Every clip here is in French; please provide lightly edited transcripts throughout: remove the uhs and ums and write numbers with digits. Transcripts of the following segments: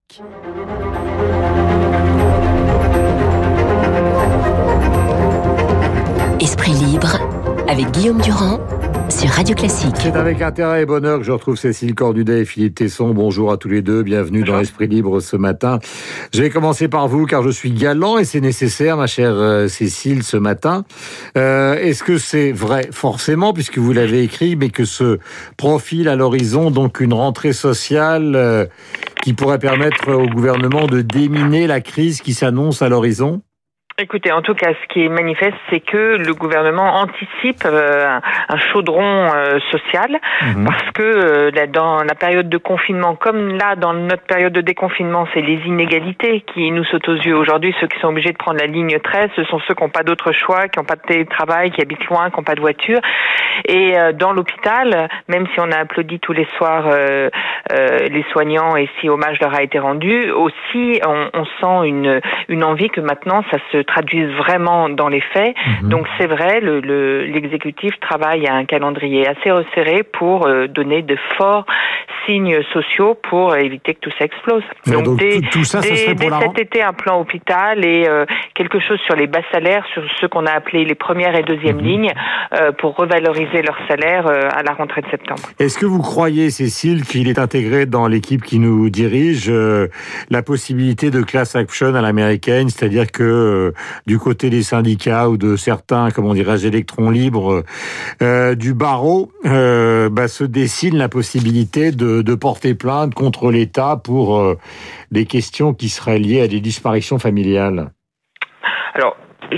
Esprit libre avec Guillaume Durand sur Radio Classique. C'est avec intérêt et bonheur que je retrouve Cécile Cornudet et Philippe Tesson. Bonjour à tous les deux, bienvenue dans Esprit libre ce matin. Je vais commencer par vous car je suis galant et c'est nécessaire, ma chère Cécile, ce matin. Est-ce que c'est vrai forcément, puisque vous l'avez écrit, mais que se profile à l'horizon donc une rentrée sociale qui pourrait permettre au gouvernement de déminer la crise qui s'annonce à l'horizon ? Écoutez, en tout cas, ce qui est manifeste, c'est que le gouvernement anticipe un chaudron social, parce que dans la période de confinement, comme là, dans notre période de déconfinement, c'est les inégalités qui nous sautent aux yeux. Aujourd'hui, ceux qui sont obligés de prendre la ligne 13, ce sont ceux qui n'ont pas d'autre choix, qui n'ont pas de télétravail, qui habitent loin, qui n'ont pas de voiture. Et dans l'hôpital, même si on a applaudi tous les soirs les soignants et si hommage leur a été rendu, aussi on sent une envie que maintenant ça se traduise vraiment dans les faits. Donc c'est vrai, l'exécutif travaille à un calendrier assez resserré pour donner de forts signes sociaux pour éviter que tout ça explose. Donc tout ça serait pour dès cet été, un plan hôpital et quelque chose sur les bas salaires, sur ceux qu'on a appelés les premières et deuxièmes lignes, pour revaloriser leur salaire à la rentrée de septembre. Est-ce que vous croyez, Cécile, qu'il est intégré dans l'équipe qui nous dirige la possibilité de class action à l'américaine, c'est-à-dire que du côté des syndicats ou de certains, comment dirais-je, électrons libres du barreau, se dessine la possibilité de porter plainte contre l'État pour des questions qui seraient liées à des disparitions familiales? Alors,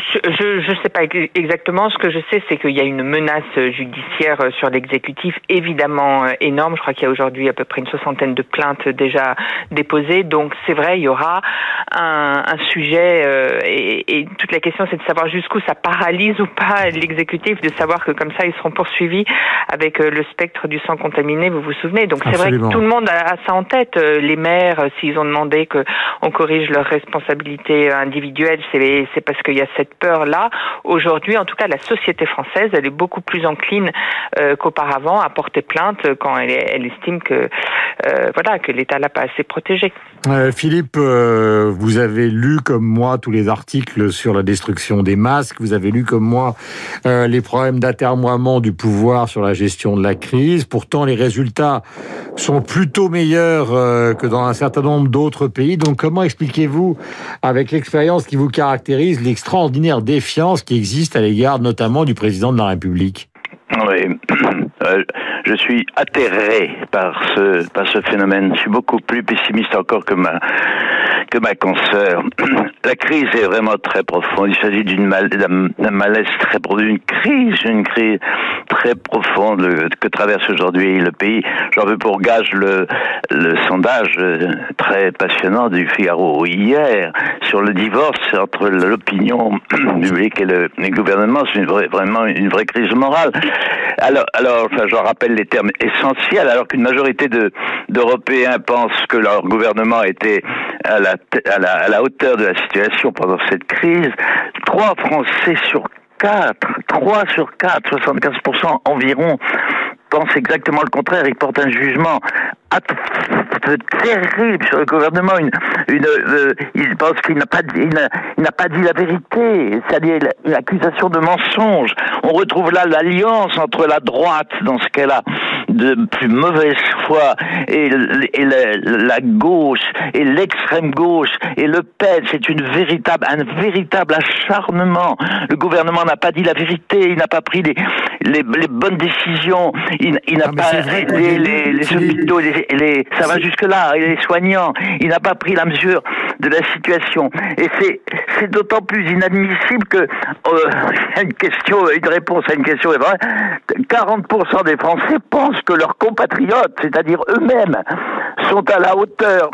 je sais pas exactement. Ce que je sais, c'est qu'il y a une menace judiciaire sur l'exécutif évidemment énorme. Je crois qu'il y a aujourd'hui à peu près une 60aine de plaintes déjà déposées. Donc c'est vrai, il y aura un sujet et toute la question, c'est de savoir jusqu'où ça paralyse ou pas l'exécutif, de savoir que comme ça ils seront poursuivis avec le spectre du sang contaminé. Vous vous souvenez? Donc c'est Absolument. vrai que tout le monde a ça en tête. Les maires, s'ils ont demandé qu'on corrige leurs responsabilités individuelles, c'est parce qu'il y a cette peur-là. Aujourd'hui, en tout cas, la société française, elle est beaucoup plus encline qu'auparavant à porter plainte quand elle estime que l'État l'a pas assez protégé. Philippe, vous avez lu comme moi tous les articles sur la destruction des masques. Vous avez lu comme moi les problèmes d'atermoiement du pouvoir sur la gestion de la crise. Pourtant, les résultats sont plutôt meilleurs que dans un certain nombre d'autres pays. Donc, comment expliquez-vous, avec l'expérience qui vous caractérise, l'extraordinaire défiance qui existe à l'égard notamment du président de la République? Oui, je suis atterré par ce phénomène. Je suis beaucoup plus pessimiste encore que ma consoeur. La crise est vraiment très profonde. Il s'agit d'un malaise très profond, une crise très profonde que traverse aujourd'hui le pays. J'en veux pour gage le sondage très passionnant du Figaro hier sur le divorce entre l'opinion publique et le gouvernement. C'est vraiment une vraie crise morale. Alors, je rappelle les termes essentiels, alors qu'une majorité d'Européens pensent que leur gouvernement était à la hauteur de la situation pendant cette crise. 3 Français sur 4, 75% environ, pensent exactement le contraire. Ils portent un jugement terrible sur le gouvernement. Ils pensent qu'il n'a pas dit la vérité, c'est-à-dire l'accusation de mensonge. On retrouve là l'alliance entre la droite, dans ce qu'elle a de plus mauvaise foi, et la gauche, et l'extrême gauche, et Le Pen. C'est un véritable acharnement. Le gouvernement n'a pas dit la vérité, il n'a pas pris les bonnes décisions, il n'a pas les hôpitaux, ça va jusque là, et les soignants, il n'a pas pris la mesure de la situation. Et c'est d'autant plus inadmissible que une réponse à une question est vraie. 40% des Français pensent que leurs compatriotes, c'est-à-dire eux-mêmes, sont à la hauteur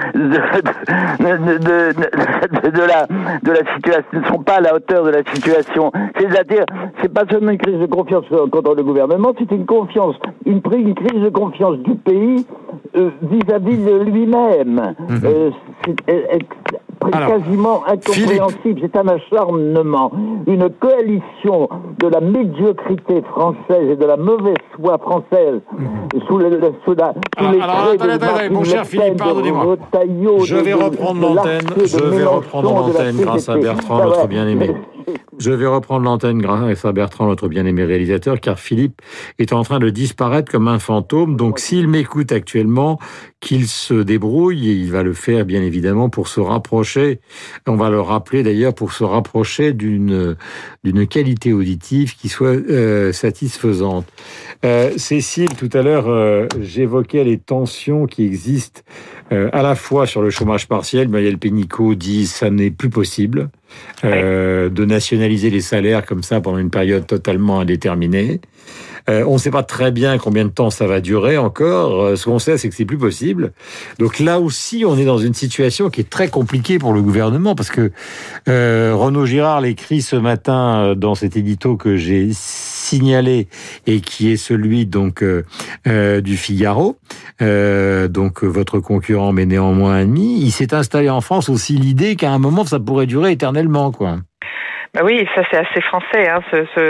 de la situation, ne sont pas à la hauteur de la situation. C'est-à-dire, c'est pas seulement une crise de confiance contre le gouvernement, c'est une crise de confiance du pays vis-à-vis de lui-même. quasiment incompréhensible. C'est un acharnement. Une coalition de la médiocrité française et de la mauvaise foi française sous les attendez, mon cher Philippe, pardonnez-moi. Je vais reprendre l'antenne grâce à Bertrand, notre bien-aimé. Je vais reprendre l'antenne grâce à Bertrand, notre bien-aimé réalisateur, car Philippe est en train de disparaître comme un fantôme. Donc, s'il m'écoute actuellement, qu'il se débrouille, et il va le faire, bien évidemment, pour se rapprocher, on va le rappeler d'ailleurs, pour se rapprocher d'une qualité auditive qui soit satisfaisante. Cécile, tout à l'heure, j'évoquais les tensions qui existent à la fois sur le chômage partiel. Marielle Pénicaud dit ça n'est plus possible de nationaliser les salaires comme ça pendant une période totalement indéterminée. On ne sait pas très bien combien de temps ça va durer encore. Ce qu'on sait, c'est que c'est plus possible. Donc là aussi, on est dans une situation qui est très compliquée pour le gouvernement, parce que Renaud Girard l'écrit ce matin dans cet édito que j'ai signalé et qui est celui donc du Figaro. Donc votre concurrent, mais néanmoins ennemi. Il s'est installé en France aussi l'idée qu'à un moment ça pourrait durer éternellement, quoi. Bah oui, ça c'est assez français, hein,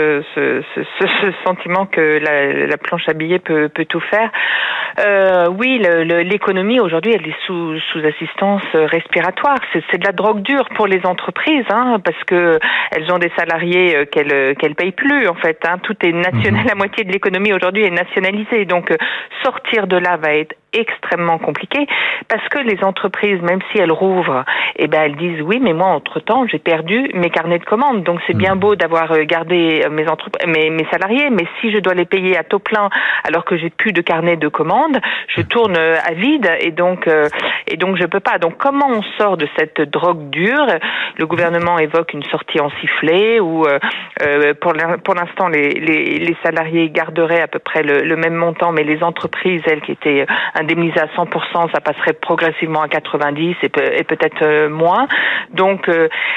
ce sentiment que la planche à billets peut tout faire. Oui, l'économie aujourd'hui, elle est sous assistance respiratoire. C'est de la drogue dure pour les entreprises, hein, parce que elles ont des salariés qu'elles payent plus en fait. Hein. Tout est national, la moitié de l'économie aujourd'hui est nationalisée, donc sortir de là va être extrêmement compliqué, parce que les entreprises, même si elles rouvrent, elles disent oui, mais moi entre-temps j'ai perdu mes carnets de commandes, donc c'est bien beau d'avoir gardé mes salariés, mais si je dois les payer à taux plein alors que j'ai plus de carnet de commandes, je tourne à vide, et donc je peux pas. Donc comment on sort de cette drogue dure? Le gouvernement évoque une sortie en sifflet où pour l'instant les salariés garderaient à peu près le même montant, mais les entreprises, elles qui étaient indemnisées à 100%, ça passerait progressivement à 90% et peut-être moins. Donc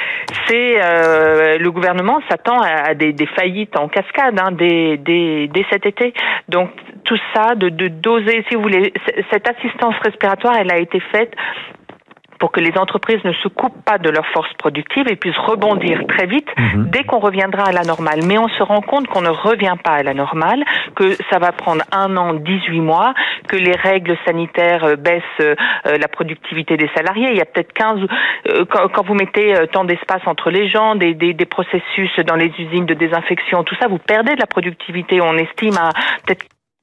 le gouvernement s'attend à des faillites en cascade dès cet été. Donc tout ça, de doser, si vous voulez, cette assistance respiratoire, elle a été faite pour que les entreprises ne se coupent pas de leur force productive et puissent rebondir très vite dès qu'on reviendra à la normale. Mais on se rend compte qu'on ne revient pas à la normale, que ça va prendre 1 an, 18 mois, que les règles sanitaires baissent la productivité des salariés. Il y a peut-être 15... quand vous mettez tant d'espace entre les gens, des processus dans les usines de désinfection, tout ça, vous perdez de la productivité. On estime à peut-être...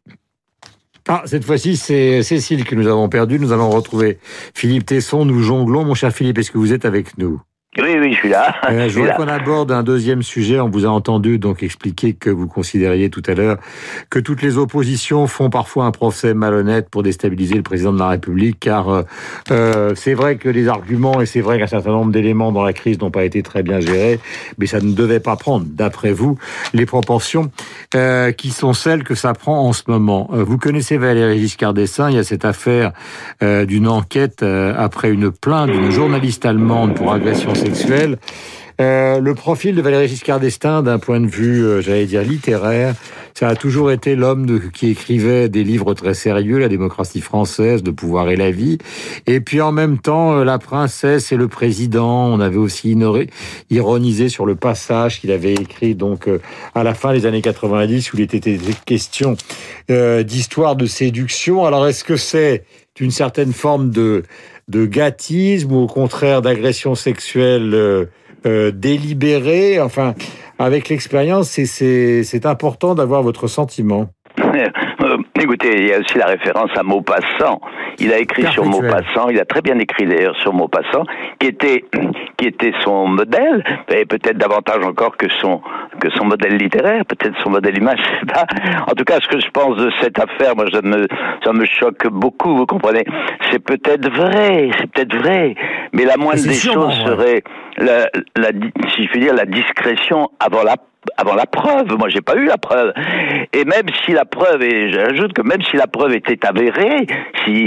Cette fois-ci, c'est Cécile que nous avons perdue. Nous allons retrouver Philippe Tesson. Nous jonglons. Mon cher Philippe, est-ce que vous êtes avec nous? Oui, je suis là. Je voudrais qu'on aborde un deuxième sujet. On vous a entendu donc expliquer que vous considériez tout à l'heure que toutes les oppositions font parfois un procès malhonnête pour déstabiliser le président de la République, car c'est vrai que les arguments, et c'est vrai qu'un certain nombre d'éléments dans la crise n'ont pas été très bien gérés, mais ça ne devait pas prendre, d'après vous, les proportions qui sont celles que ça prend en ce moment. Vous connaissez Valéry Giscard d'Estaing. Il y a cette affaire d'une enquête après une plainte d'une journaliste allemande pour agression sexuelle. Le profil de Valéry Giscard d'Estaing, d'un point de vue, j'allais dire, littéraire, ça a toujours été l'homme qui écrivait des livres très sérieux, La démocratie française, Le pouvoir et la vie, et puis en même temps, La princesse et le président. On avait aussi ironisé sur le passage qu'il avait écrit donc à la fin des années 90, où il était question d'histoire de séduction. Alors, est-ce que c'est une certaine forme de gâtisme ou au contraire d'agression sexuelle délibérée? Enfin, avec l'expérience, c'est important d'avoir votre sentiment. Écoutez, il y a aussi la référence à Maupassant. Il a écrit sur Maupassant, il a très bien écrit d'ailleurs sur Maupassant, qui était son modèle, et peut-être davantage encore que son modèle littéraire, peut-être son modèle image, je sais pas. En tout cas, ce que je pense de cette affaire, moi, ça me choque beaucoup, vous comprenez. C'est peut-être vrai, mais la moindre des choses serait si je puis dire, la discrétion avant la preuve. Moi, j'ai pas eu la preuve. Et même si la preuve, et j'ajoute que même si la preuve était avérée, si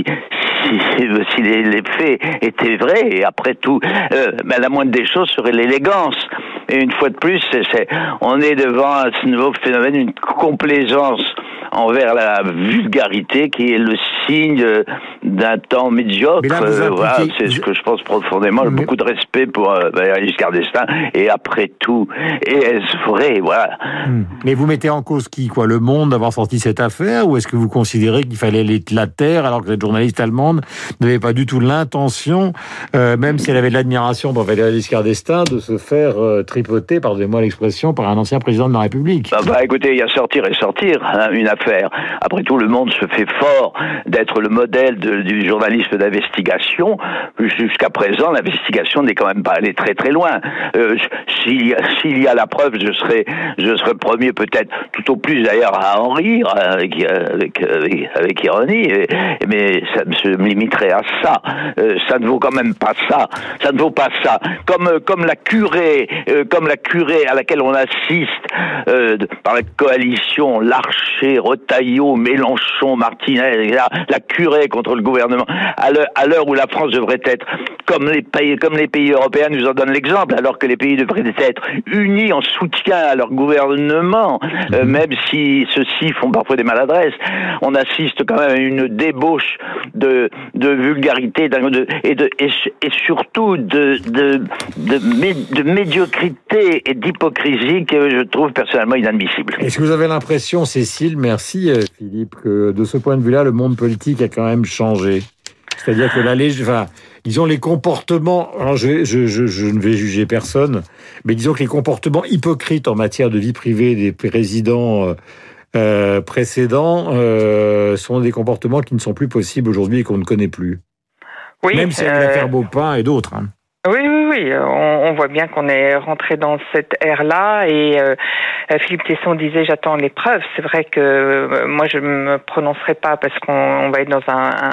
les faits étaient vrais, et après tout, la moindre des choses serait l'élégance. Et une fois de plus, on est devant ce nouveau phénomène, une complaisance envers la vulgarité qui est le signe d'un temps médiocre. Voilà, c'est ce que je pense profondément. J'ai beaucoup de respect pour Valéry Giscard d'Estaing. Et après tout, est-ce vrai? Voilà. Mais vous mettez en cause qui, quoi, Le Monde d'avoir sorti cette affaire, ou est-ce que vous considérez qu'il fallait la taire alors que cette journaliste allemande n'avait pas du tout l'intention, même si elle avait de l'admiration pour Valéry Giscard d'Estaing, de se faire tripoter, pardonnez-moi l'expression, par un ancien président de la République? Écoutez, il y a sortir et sortir, une affaire. Après tout, Le Monde se fait fort d'être le modèle du journalisme d'investigation. Jusqu'à présent, l'investigation n'est quand même pas allée très très loin. S'il y a la preuve, je serai premier peut-être tout au plus d'ailleurs à en rire avec ironie, mais ça se limiterait à ça. Ça ne vaut quand même pas ça. Ça ne vaut pas ça. Comme la curée à laquelle on assiste par la coalition Larcher, Retailleau, Mélenchon, Martinez, etc., la curée contre le gouvernement, à l'heure où la France devrait être comme les pays européens nous en donnent l'exemple, alors que les pays devraient être unis en soutien à leur gouvernement, même si ceux-ci font parfois des maladresses. On assiste quand même à une débauche de vulgarité et surtout de médiocrité et d'hypocrisie que je trouve personnellement inadmissible. Est-ce que vous avez l'impression, Cécile, merci Philippe, que de ce point de vue-là, le monde politique a quand même changé? C'est-à-dire que disons les comportements, alors je ne vais juger personne, mais disons que les comportements hypocrites en matière de vie privée des présidents précédents sont des comportements qui ne sont plus possibles aujourd'hui et qu'on ne connaît plus. Oui, même si l'affaire Baupin et d'autres. Hein. Oui. On voit bien qu'on est rentré dans cette ère-là et Philippe Tesson disait j'attends les preuves. C'est vrai que moi je me prononcerai pas parce qu'on va être dans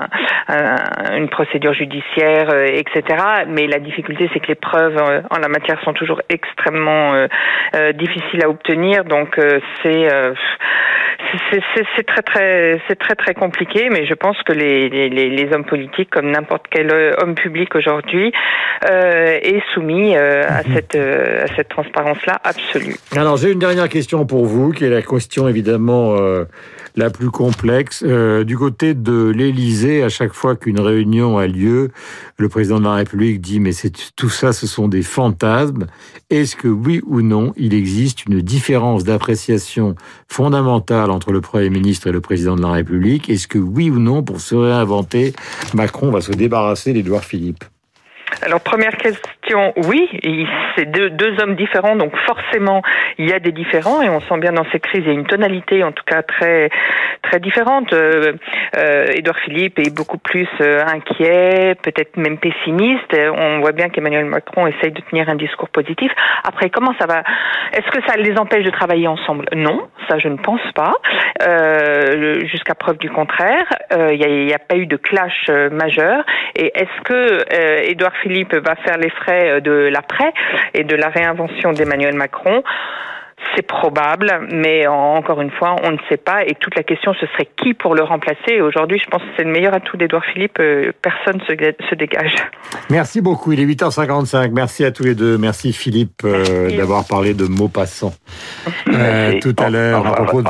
une procédure judiciaire, etc. Mais la difficulté c'est que les preuves en la matière sont toujours extrêmement difficiles à obtenir. Donc c'est très compliqué. Mais je pense que les hommes politiques, comme n'importe quel homme public aujourd'hui, est soumis à cette transparence-là absolue. Alors, j'ai une dernière question pour vous, qui est la question évidemment la plus complexe. Du côté de l'Élysée, à chaque fois qu'une réunion a lieu, le président de la République dit « mais tout ça, ce sont des fantasmes ». Est-ce que, oui ou non, il existe une différence d'appréciation fondamentale entre le Premier ministre et le président de la République? Est-ce que, oui ou non, pour se réinventer, Macron va se débarrasser d'Édouard Philippe? Alors, première question, oui, c'est deux hommes différents, donc forcément, il y a des différends, et on sent bien dans ces crises, il y a une tonalité, en tout cas, très, très différente. Édouard Philippe est beaucoup plus inquiet, peut-être même pessimiste. On voit bien qu'Emmanuel Macron essaye de tenir un discours positif. Après, comment ça va? Est-ce que ça les empêche de travailler ensemble? Non, ça je ne pense pas. Jusqu'à preuve du contraire, il n'y a pas eu de clash majeur. Et est-ce que Édouard Philippe va faire les frais de l'après et de la réinvention d'Emmanuel Macron? C'est probable, mais encore une fois, on ne sait pas. Et toute la question, ce serait qui pour le remplacer? Et aujourd'hui, je pense que c'est le meilleur atout d'Édouard Philippe. Personne se dégage. Merci beaucoup. Il est 8h55. Merci à tous les deux. Merci Philippe d'avoir parlé de Maupassant tout à l'heure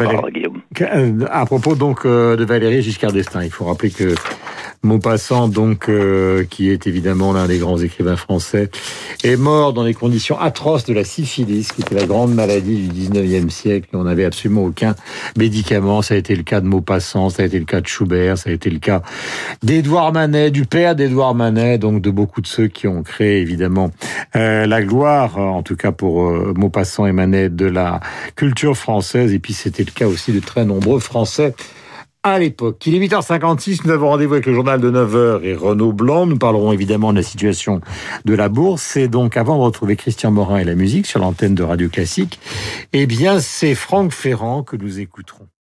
à propos donc de Valéry Giscard d'Estaing. Il faut rappeler que Maupassant, donc, qui est évidemment l'un des grands écrivains français, est mort dans les conditions atroces de la syphilis, qui était la grande maladie du 19e siècle. On n'avait absolument aucun médicament. Ça a été le cas de Maupassant, ça a été le cas de Schubert, ça a été le cas d'Édouard Manet, du père d'Édouard Manet, donc de beaucoup de ceux qui ont créé, évidemment, la gloire, en tout cas pour Maupassant et Manet, de la culture française. Et puis, c'était le cas aussi de très nombreux Français à l'époque. Il est 8h56, nous avons rendez-vous avec le journal de 9h et Renaud Blanc. Nous parlerons évidemment de la situation de la bourse. Et donc, avant de retrouver Christian Morin et la musique sur l'antenne de Radio Classique, eh bien, c'est Franck Ferrand que nous écouterons.